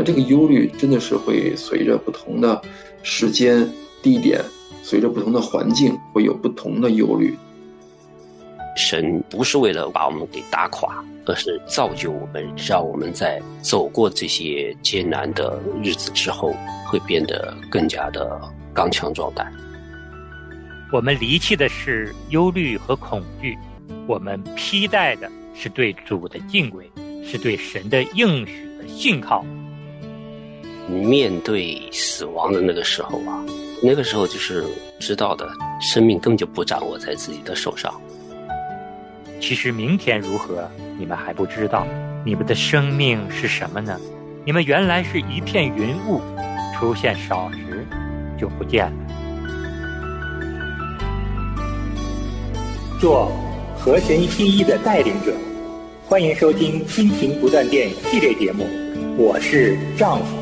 这个忧虑真的是会随着不同的时间、地点，随着不同的环境，会有不同的忧虑。 神不是为了把我们给打垮，而是造就我们，让我们在走过这些艰难的日子之后，会变得更加的刚强壮胆。 我们离弃的是忧虑和恐惧，我们披戴的是对主的敬畏，是对神的应许的信靠。 面对死亡的那个时候啊，那个时候就是知道的，生命根本就不掌握在自己的手上。 其实明天如何，你们还不知道。你们的生命是什么呢？你们原来是一片云雾，出现少时就不见了。做和神心意的带领者，欢迎收听亲情不断电系列节目，我是丈夫。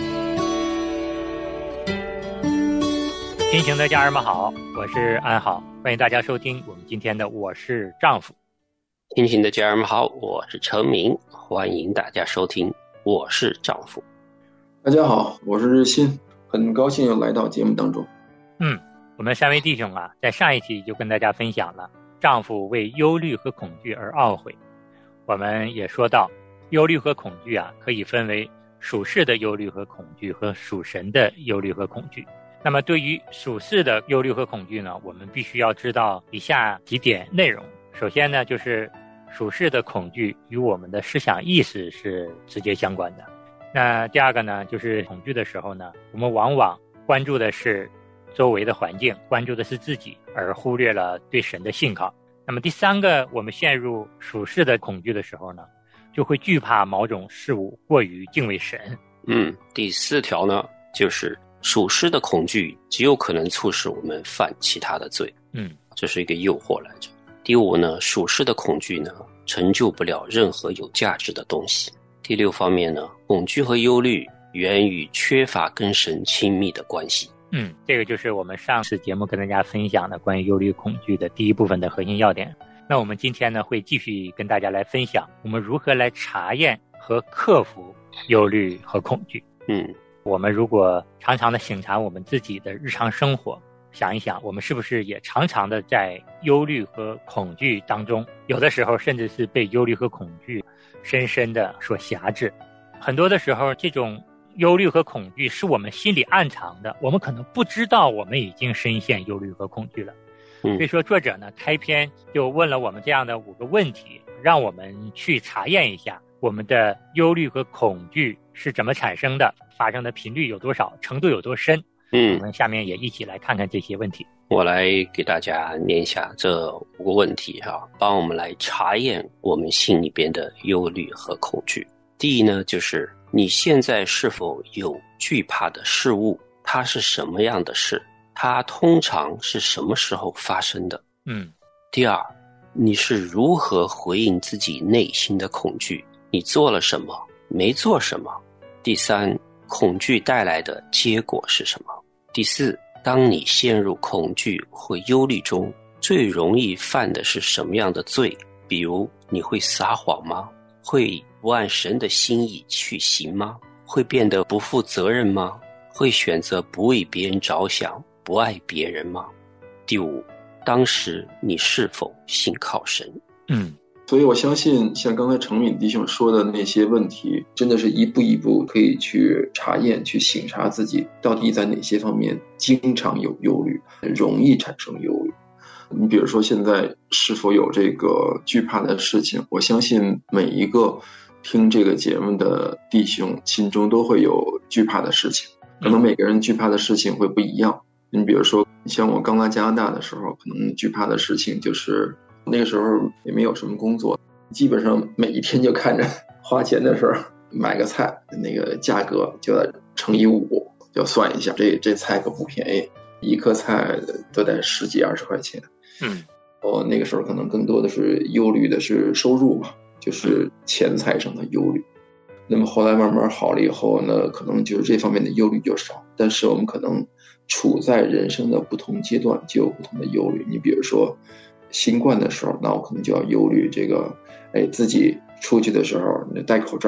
亲情的家人们好，我是安好，欢迎大家收听我们今天的我是丈夫。 亲情的家人们好，我是陈明，欢迎大家收听我是丈夫。 大家好，我是日新，很高兴又来到节目当中。 我们三位弟兄啊，在上一期就跟大家分享了丈夫为忧虑和恐惧而懊悔。我们也说到忧虑和恐惧啊，可以分为属世的忧虑和恐惧和属神的忧虑和恐惧。那么对于属世的忧虑和恐惧呢，我们必须要知道以下几点内容。首先呢，就是属世的恐惧与我们的思想意识是直接相关的。那第二个呢，就是恐惧的时候呢，我们往往关注的是周围的环境，关注的是自己，而忽略了对神的信靠。那么第三个，我们陷入属世的恐惧的时候呢，就会惧怕某种事物，过于敬畏神。 第四条呢，就是属世的恐惧极有可能促使我们犯其他的罪。这是一个诱惑来着。第五呢，属世的恐惧呢，成就不了任何有价值的东西。第六方面呢，恐惧和忧虑源于缺乏跟神亲密的关系。 这个就是我们上次节目跟大家分享的关于忧虑恐惧的第一部分的核心要点。那我们今天呢，会继续跟大家来分享我们如何来查验和克服忧虑和恐惧。我们如果常常的省察我们自己的日常生活，想一想我们是不是也常常的在忧虑和恐惧当中，有的时候甚至是被忧虑和恐惧深深的所辖制。很多的时候这种忧虑和恐惧是我们心里暗藏的，我们可能不知道我们已经深陷忧虑和恐惧了。所以说作者呢，开篇就问了我们这样的5个问题，让我们去查验一下我们的忧虑和恐惧是怎么产生的，发生的频率有多少，程度有多深。我们下面也一起来看看这些问题。 我来给大家念一下这5个问题帮我们来查验我们心里边的忧虑和恐惧。第一呢，就是你现在是否有惧怕的事物，它是什么样的事，它通常是什么时候发生的。第二，你是如何回应自己内心的恐惧，你做了什么，没做什么。第三，恐惧带来的结果是什么。第四，当你陷入恐惧或忧虑中，最容易犯的是什么样的罪？比如你会撒谎吗？会不按神的心意去行吗？会变得不负责任吗？会选择不为别人着想，不爱别人吗？第五，当时你是否信靠神？ 所以我相信像刚才程敏弟兄说的那些问题，真的是一步一步可以去查验，去省察自己到底在哪些方面经常有忧虑，容易产生忧虑。你比如说现在是否有这个惧怕的事情，我相信每一个听这个节目的弟兄心中都会有惧怕的事情，可能每个人惧怕的事情会不一样。你比如说像我刚来加拿大的时候，可能惧怕的事情就是那个时候也没有什么工作，基本上每一天就看着花钱的时候买个菜，那个价格就要乘以5，就算一下这菜可不便宜，一颗菜都得10几20块钱。那个时候可能更多的是忧虑的是收入吧，就是钱财上的忧虑。那么后来慢慢好了以后呢，可能就是这方面的忧虑就少，但是我们可能处在人生的不同阶段就有不同的忧虑。你比如说新冠的时候，那我可能就要忧虑这个自己出去的时候戴口罩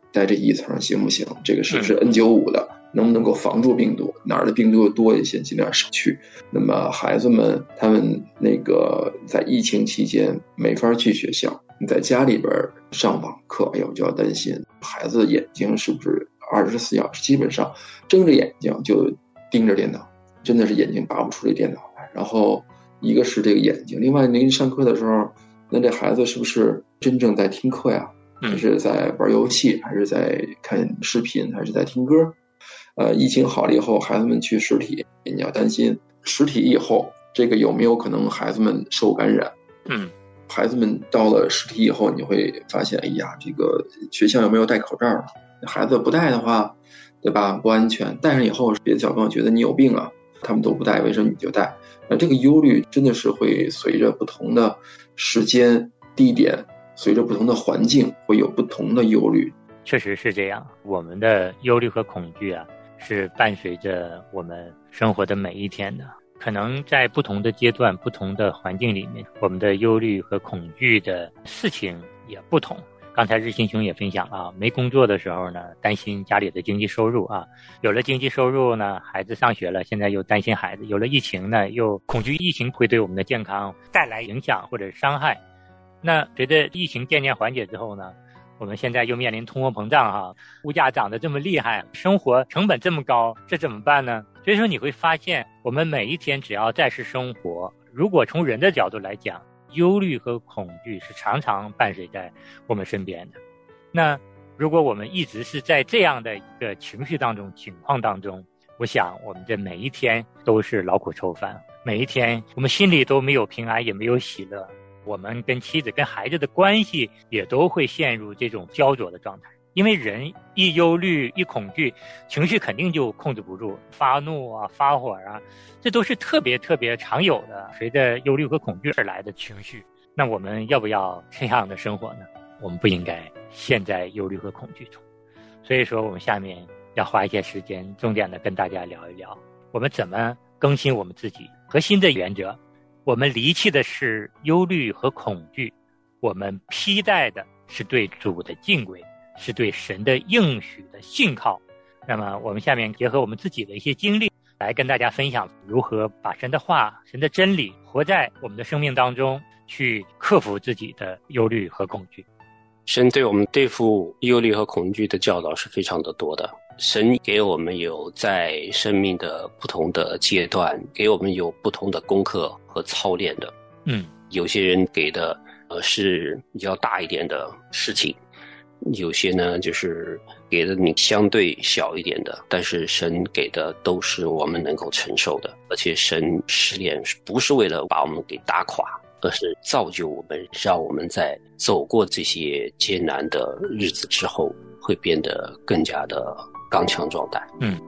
戴这一层行不行？这个是不是 N95 的？能不能够防住病毒？哪儿的病毒多一些，尽量少去。那么孩子们他们那个在疫情期间没法去学校，你在家里边上网课，哎呦就要担心孩子眼睛是不是24小时基本上睁着眼睛就盯着电脑，真的是眼睛拔不出这电脑来。然后一个是这个眼睛，另外您上课的时候，那这孩子是不是真正在听课呀？还是在玩游戏，还是在看视频，还是在听歌？疫情好了以后，孩子们去实体，你要担心实体以后这个有没有可能孩子们受感染。孩子们到了实体以后，你会发现，哎呀，这个学校有没有戴口罩？孩子不戴的话，对吧？不安全。戴上以后，别的小朋友觉得你有病啊，他们都不戴，为什么你就戴？那这个忧虑真的是会随着不同的时间、地点，随着不同的环境，会有不同的忧虑。 确实是这样，我们的忧虑和恐惧啊，是伴随着我们生活的每一天的。可能在不同的阶段、不同的环境里面，我们的忧虑和恐惧的事情也不同。刚才日新兄也分享了，没工作的时候呢，担心家里的经济收入啊；有了经济收入呢，孩子上学了，现在又担心孩子；有了疫情呢，又恐惧疫情会对我们的健康带来影响或者伤害。那随着疫情渐渐缓解之后呢，我们现在又面临通货膨胀哈，物价涨得这么厉害，生活成本这么高，这怎么办呢？所以说你会发现，我们每一天只要在世生活，如果从人的角度来讲，忧虑和恐惧是常常伴随在我们身边的。那如果我们一直是在这样的一个情绪当中、情况当中，我想我们的每一天都是劳苦愁烦，每一天我们心里都没有平安，也没有喜乐。我们跟妻子跟孩子的关系也都会陷入这种焦灼的状态，因为人一忧虑一恐惧，情绪肯定就控制不住，发怒啊发火啊，这都是特别特别常有的随着忧虑和恐惧而来的情绪。那我们要不要这样的生活呢？我们不应该陷在忧虑和恐惧中。所以说我们下面要花一些时间重点的跟大家聊一聊，我们怎么更新我们自己核心的原则。我们离弃的是忧虑和恐惧，我们披戴的是对主的敬畏，是对神的应许的信靠。那么我们下面结合我们自己的一些经历，来跟大家分享如何把神的话、神的真理活在我们的生命当中，去克服自己的忧虑和恐惧。 神对我们对付忧虑和恐惧的教导是非常的多的。神给我们有在生命的不同的阶段，给我们有不同的功课和操练的。有些人给的是比较大一点的事情，有些呢就是给的你相对小一点的，但是神给的都是我们能够承受的。而且神试炼不是为了把我们给打垮，而是造就我们，让我们在走过这些艰难的日子之后，会变得更加的刚强壮胆。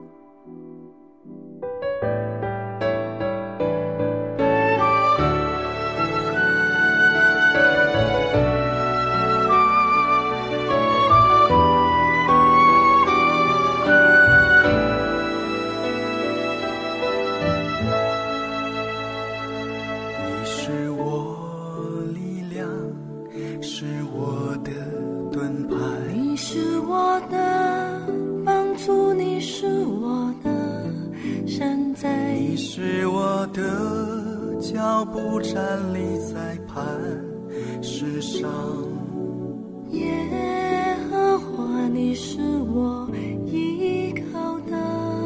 你是我力量，是我的盾牌， 你是我的帮助，你是我的山寨， 你是我的脚步，站立在磐石上。 耶和华，你是我依靠的，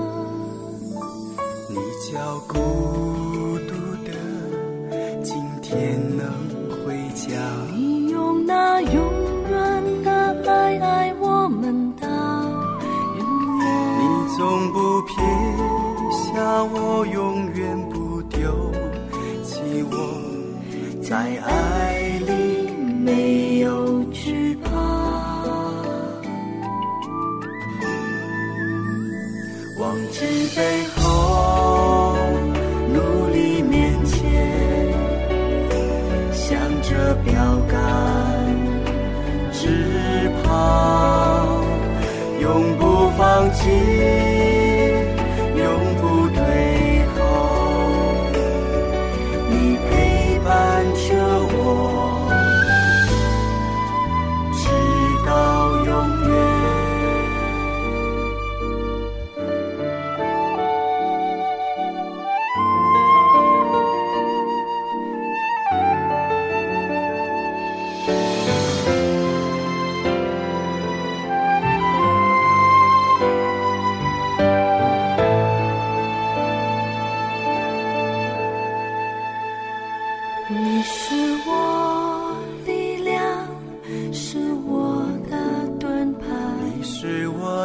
你叫孤独的今天能回家， 你用那永远的爱爱我们到永远， 你总不撇下我，永远不丢弃我，在爱里没有惧怕。 忘记背后，努力面前，向着标杆直跑，永不放弃，永不退后，你陪伴着我，直到永远。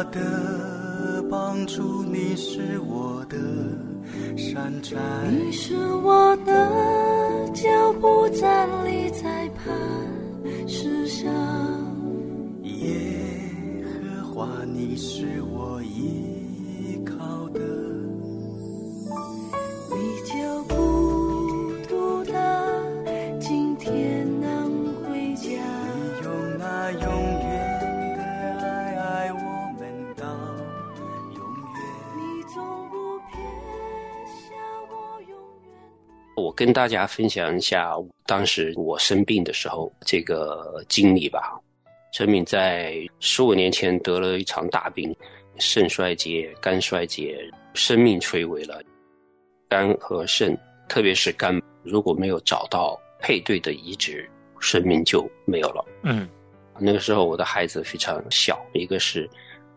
我的帮助，你是我的山寨， 你是我的脚步站立在磐石上， 耶和华你是我依靠的， 你叫孤独的今天能回家， 你用那永远的爱爱我们到永远， 你总不撇下我永远。 我跟大家分享一下当时我生病的时候这个经历吧。陈敏在15年前得了一场大病，肾衰竭、肝衰竭，生命垂危了。肝和肾，特别是肝，如果没有找到配对的移植，生命就没有了。那个时候我的孩子非常小，一个是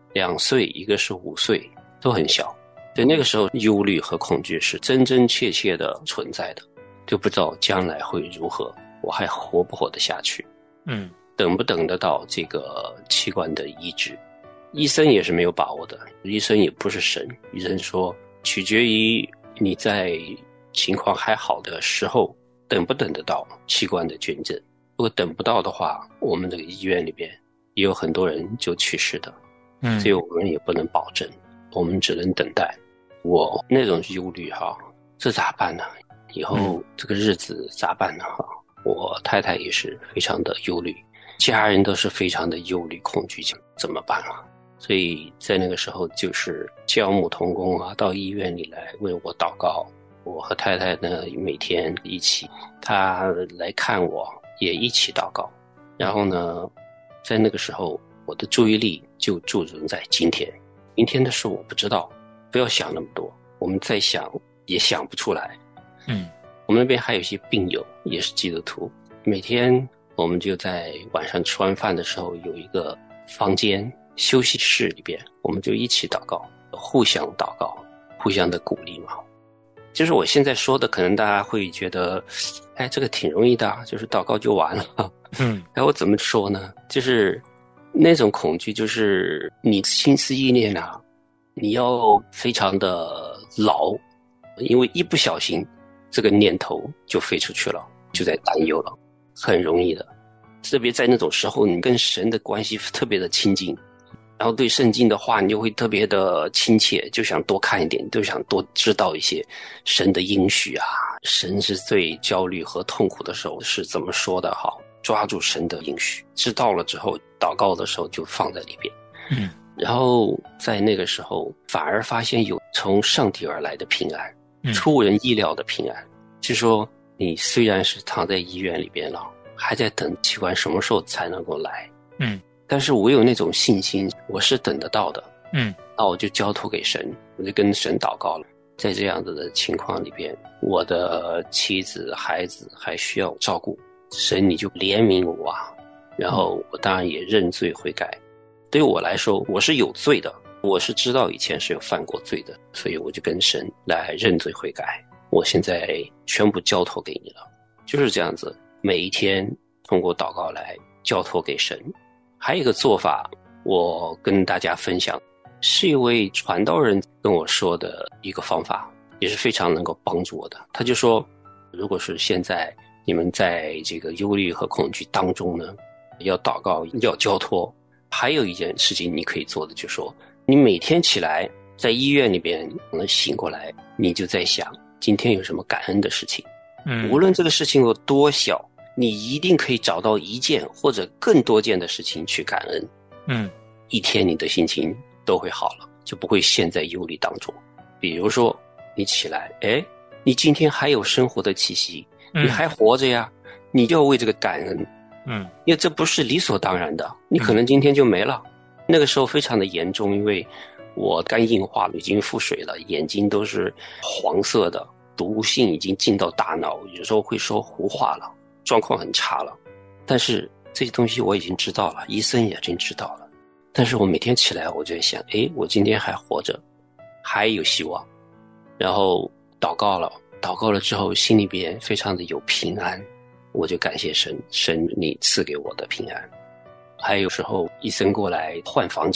2岁，一个是5岁，都很小。所以那个时候忧虑和恐惧是真真切切的存在的，就不知道将来会如何，我还活不活得下去，等不等得到这个器官的移植。医生也是没有把握的，医生也不是神，医生说取决于你在情况还好的时候等不等得到器官的捐赠。如果等不到的话，我们这个医院里边也有很多人就去世的，所以我们也不能保证，我们只能等待。我那种忧虑这咋办呢？以后这个日子咋办呢？我太太也是非常的忧虑，家人都是非常的忧虑恐惧，怎么办啊？所以在那个时候就是教牧同工到医院里来为我祷告。我和太太呢每天一起，她来看我也一起祷告。然后呢在那个时候我的注意力就注重在今天，明天的事我不知道，不要想那么多，我们再想也想不出来。我们那边还有一些病友也是基督徒，每天我们就在晚上吃完饭的时候有一个房间休息室里边，我们就一起祷告，互相祷告，互相的鼓励嘛。就是我现在说的可能大家会觉得这个挺容易的，就是祷告就完了。我怎么说呢，就是那种恐惧，就是你心思意念你要非常的牢，因为一不小心这个念头就飞出去了，就在担忧了，很容易的。特别在那种时候你跟神的关系特别的亲近，然后对圣经的话你就会特别的亲切，就想多看一点，就想多知道一些神的应许神是最焦虑和痛苦的时候是怎么说的抓住神的应许，知道了之后祷告的时候就放在里边。然后在那个时候反而发现有从上帝而来的平安，出人意料的平安。就说你虽然是躺在医院里边了，还在等器官什么时候才能够来，但是我有那种信心，我是等得到的。那我就交托给神，我就跟神祷告了。在这样子的情况里边，我的妻子孩子还需要照顾，神你就怜悯我然后我当然也认罪悔改。对我来说我是有罪的，我是知道以前是有犯过罪的，所以我就跟神来认罪悔改，我现在全部交托给你了。就是这样子，每一天通过祷告来交托给神。还有一个做法我跟大家分享，是一位传道人跟我说的一个方法，也是非常能够帮助我的。他就说，如果是现在你们在这个忧虑和恐惧当中呢，要祷告，要交托，还有一件事情你可以做的，就是说你每天起来在医院里边能醒过来，你就在想今天有什么感恩的事情。无论这个事情有多小，你一定可以找到一件或者更多件的事情去感恩。一天你的心情都会好了，就不会陷在忧虑当中。比如说你起来，你今天还有生活的气息，你还活着呀，你就要为这个感恩。因为这不是理所当然的，你可能今天就没了。那个时候非常的严重，因为我肝硬化了，已经腹水了，眼睛都是黄色的，毒性已经进到大脑，有时候会说胡话了，状况很差了。但是这些东西我已经知道了，医生也已经知道了。但是我每天起来我就在想，我今天还活着，还有希望。然后祷告了之后心里边非常的有平安，我就感谢神，神你赐给我的平安。还有时候医生过来换房间了，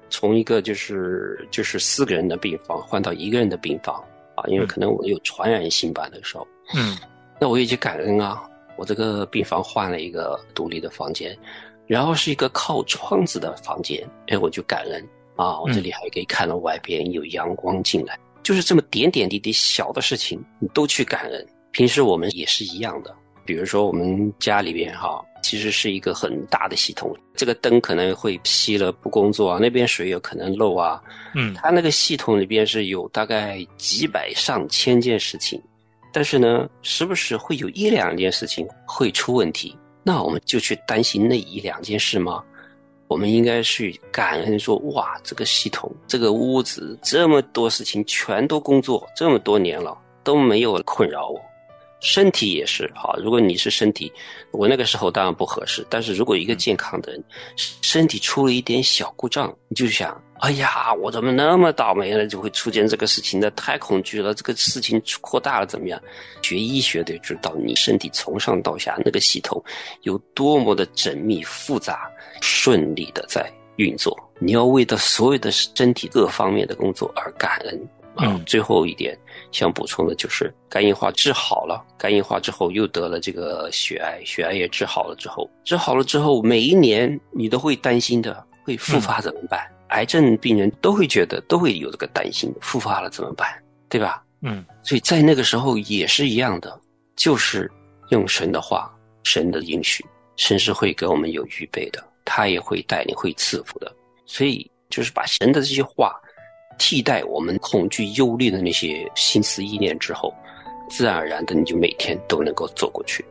从一个就是4个人的病房换到1个人的病房啊，因为可能我有传染性吧那个时候。那我也去感恩啊，我这个病房换了一个独立的房间，然后是一个靠窗子的房间，我就感恩啊，我这里还可以看到外边有阳光进来，就是这么点点滴滴小的事情你都去感恩。平时我们也是一样的，比如说我们家里边其实是一个很大的系统，这个灯可能会熄了不工作啊，那边水有可能漏啊，它那个系统里边是有大概几百上千件事情，但是呢时不时会有1、2件事情会出问题，那我们就去担心那1、2件事吗？我们应该去感恩说，哇，这个系统这个屋子这么多事情全都工作这么多年了都没有困扰我。身体也是如果你是身体，我那个时候当然不合适，但是如果一个健康的人身体出了一点小故障，你就想，哎呀，我怎么那么倒霉了，就会出现这个事情的，太恐惧了，这个事情扩大了怎么样？学医学的知道你身体从上到下那个系统有多么的缜密复杂顺利的在运作，你要为到所有的身体各方面的工作而感恩。最后一点想补充的就是肝硬化治好了，肝硬化之后又得了这个血癌，血癌也治好了之后每一年你都会担心的，会复发怎么办？癌症病人都会觉得都会有这个担心，复发了怎么办，对吧？所以在那个时候也是一样的，就是用神的话，神的应许，神是会给我们有预备的，他也会带领，会赐福的。所以就是把神的这些话替代我们恐惧忧虑的那些心思意念之后，自然而然的你就每天都能够走过去。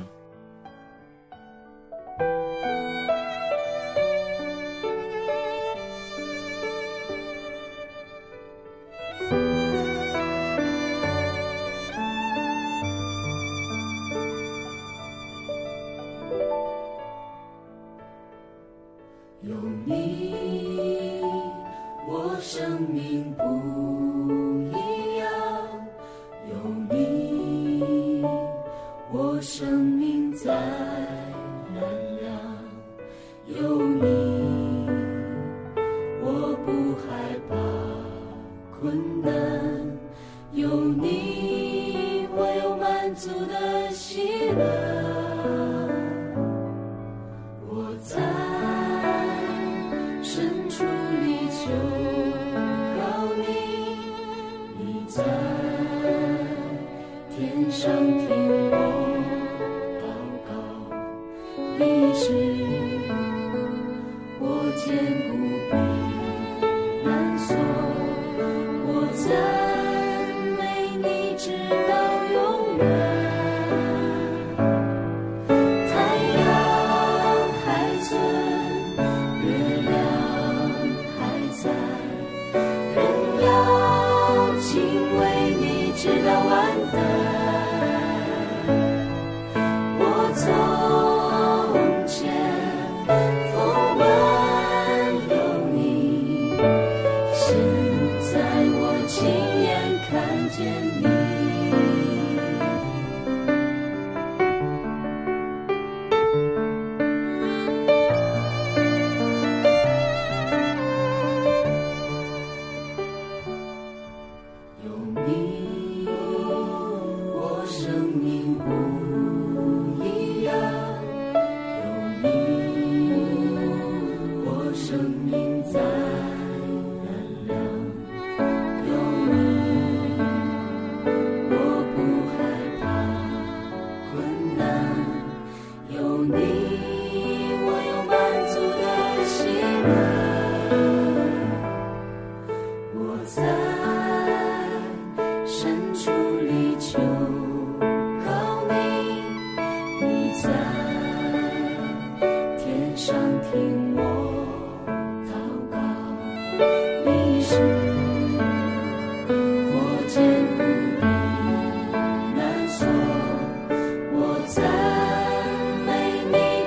有你，我生命不一样，有你，我生命在燃亮，有你，我不害怕困难，有你，我有满足的喜乐，我在深处里求告你，你在天上听我祷告，你是我坚固避难所，我赞美你直到永远。我赞美你。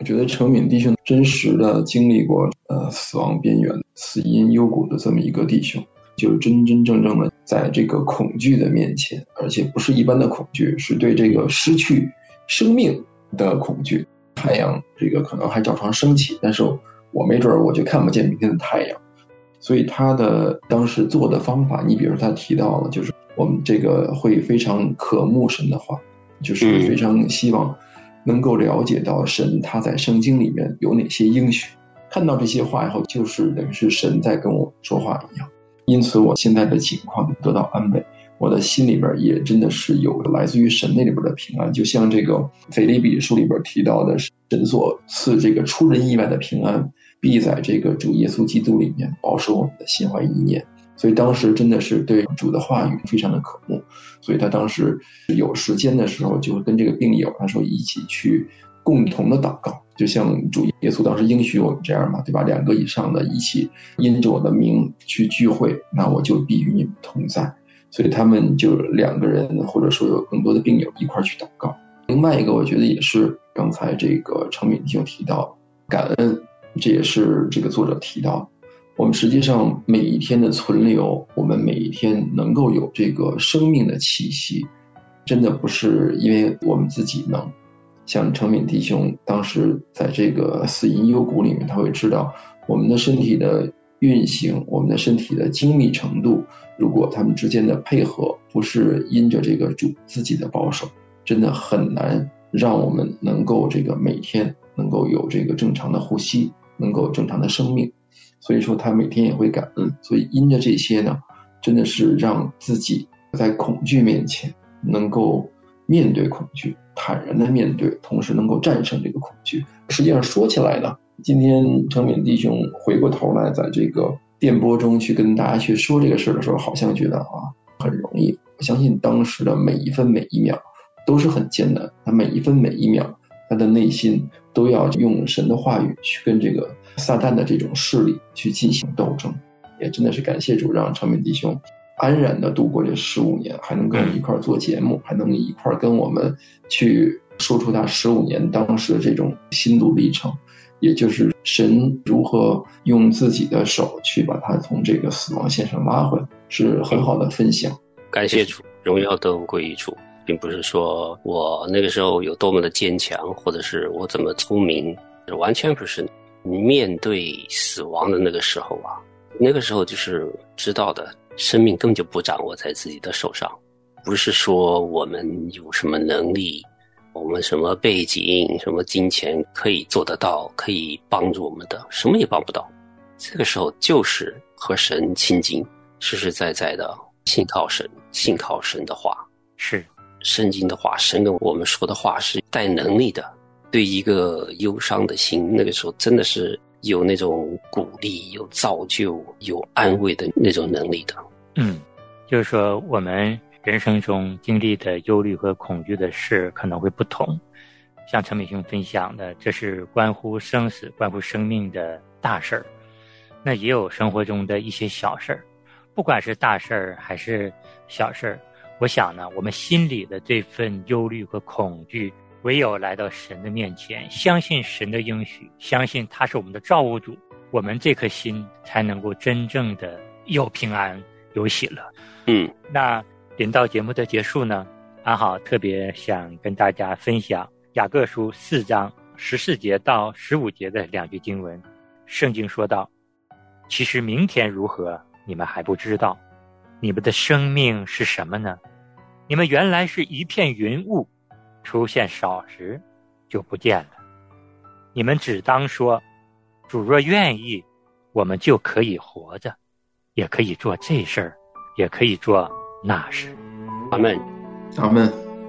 觉得程敏弟兄真实的经历过死亡边缘、死因幽谷的这么一个弟兄，就真真正正的在这个恐惧的面前，而且不是一般的恐惧，是对这个失去生命的恐惧。太阳这个可能还照常升起，但是我没准我就看不见明天的太阳。所以他的当时做的方法，你比如他提到了，就是我们这个会非常渴慕神的话，就是非常希望能够了解到神他在圣经里面有哪些应许，看到这些话以后，就是等于是神在跟我说话一样。因此我现在的情况得到安慰，我的心里边也真的是有来自于神那里边的平安，就像这个腓立比书里边提到的，神所赐这个出人意外的平安，必在这个主耶稣基督里面保守我们的心怀意念。所以当时真的是对主的话语非常的渴慕，所以他当时有时间的时候就跟这个病友他说一起去共同的祷告，就像主耶稣当时应许我们这样嘛，对吧？2个以上的一起因着我的名去聚会，那我就必与你们同在。所以他们就2个人或者说有更多的病友一块去祷告。另外一个我觉得也是刚才这个程敏弟兄提到感恩，这也是这个作者提到，我们实际上每一天的存留，我们每一天能够有这个生命的气息，真的不是因为我们自己能。像程敏弟兄当时在这个死因幽谷里面，他会知道我们的身体的运行，我们的身体的精密程度，如果他们之间的配合不是因着这个主自己的保守，真的很难让我们能够这个每天能够有这个正常的呼吸，能够正常的生命。所以说他每天也会感恩，所以因着这些呢，真的是让自己在恐惧面前能够面对恐惧，坦然的面对，同时能够战胜这个恐惧。实际上说起来呢，今天程敏弟兄回过头来在这个电波中去跟大家去说这个事的时候，好像觉得很容易。我相信当时的每一分每一秒都是很艰难，他每一分每一秒他的内心都要用神的话语去跟这个撒旦的这种势力去进行斗争。也真的是感谢主，让程敏弟兄安然的度过这15年，还能跟我们一块做节目，还能一块跟我们去说出他15年当时的这种心路历程，也就是神如何用自己的手去把他从这个死亡线上拉回来，是很好的分享。 感谢主，荣耀都归于主，并不是说我那个时候有多么的坚强，或者是我怎么聪明，完全不是。面对死亡的那个时候啊，那个时候就是知道的，生命根本就不掌握在自己的手上，不是说我们有什么能力，我们什么背景，什么金钱可以做得到，可以帮助我们的，什么也帮不到。这个时候就是和神亲近，实实在在的信靠神，信靠神的话， 是圣经的话，神跟我们说的话是带能力的。对一个忧伤的心，那个时候真的是有那种鼓励，有造就，有安慰的那种能力的。 就是说我们人生中经历的忧虑和恐惧的事可能会不同，像陈美兄分享的，这是关乎生死、关乎生命的大事儿，那也有生活中的一些小事儿，不管是大事儿还是小事儿，我想呢，我们心里的这份忧虑和恐惧，唯有来到神的面前，相信神的应许，相信他是我们的造物主，我们这颗心才能够真正的有平安有喜乐。那临到节目的结束呢，安好特别想跟大家分享雅各书4章14节到15节的2句经文。圣经说道，其实明天如何你们还不知道，你们的生命是什么呢？你们原来是一片云雾，出现少时就不见了。你们只当说，主若愿意，我们就可以活着，也可以做这事儿，也可以做那事。 阿们， 阿们。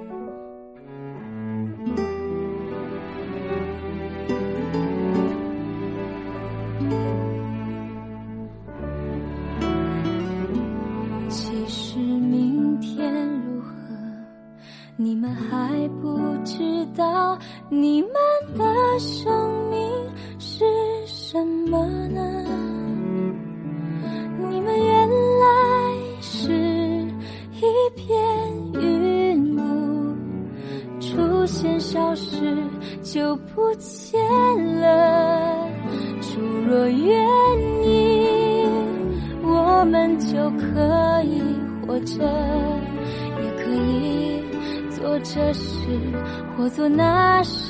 其实明天如何，你们还不知道，你们的生命是什么呢？你们原来是一片云雾，出现消失就不见若愿意，我们就可以活着，也可以做这事或做那事，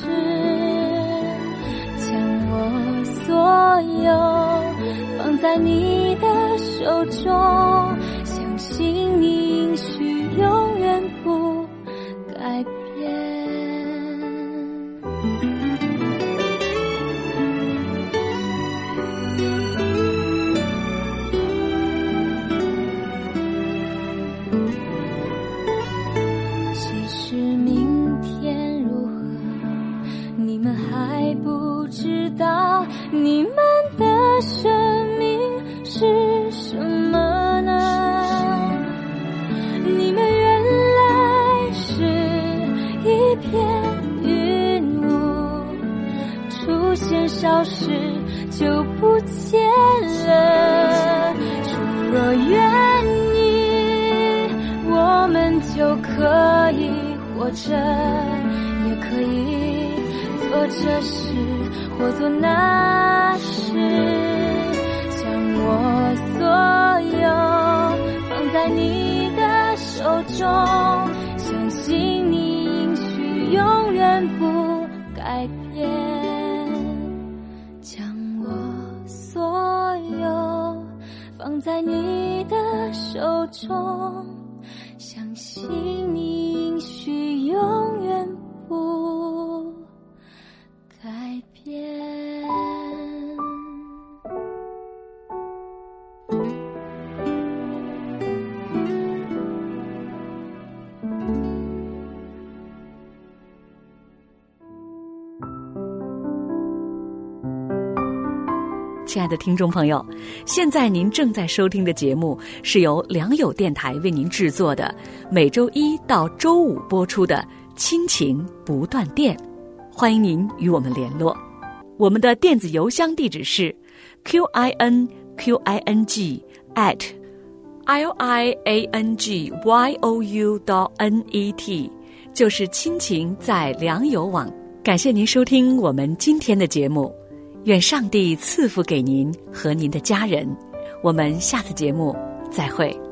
将我所有放在你的手中，相信你应许永远不改变。其实明天如何，你们还不知道，你们的生命是什么呢？你们原来是一片云雾，出现消失就不见了。主若愿意，我们就可以活着，也可以做这事或做那事，将我所有放在你的手中，相信你应许永远不改变，将我所有放在你的手中，相信你应许永远不改变。 亲爱的听众朋友，现在您正在收听的节目是由良友电台为您制作的，每周一到周五播出的亲情不断电，欢迎您与我们联络。我们的电子邮箱地址是 QINQING@liangyou.net， 就是亲情在良友网。感谢您收听我们今天的节目，愿上帝赐福给您和您的家人。我们下次节目再会。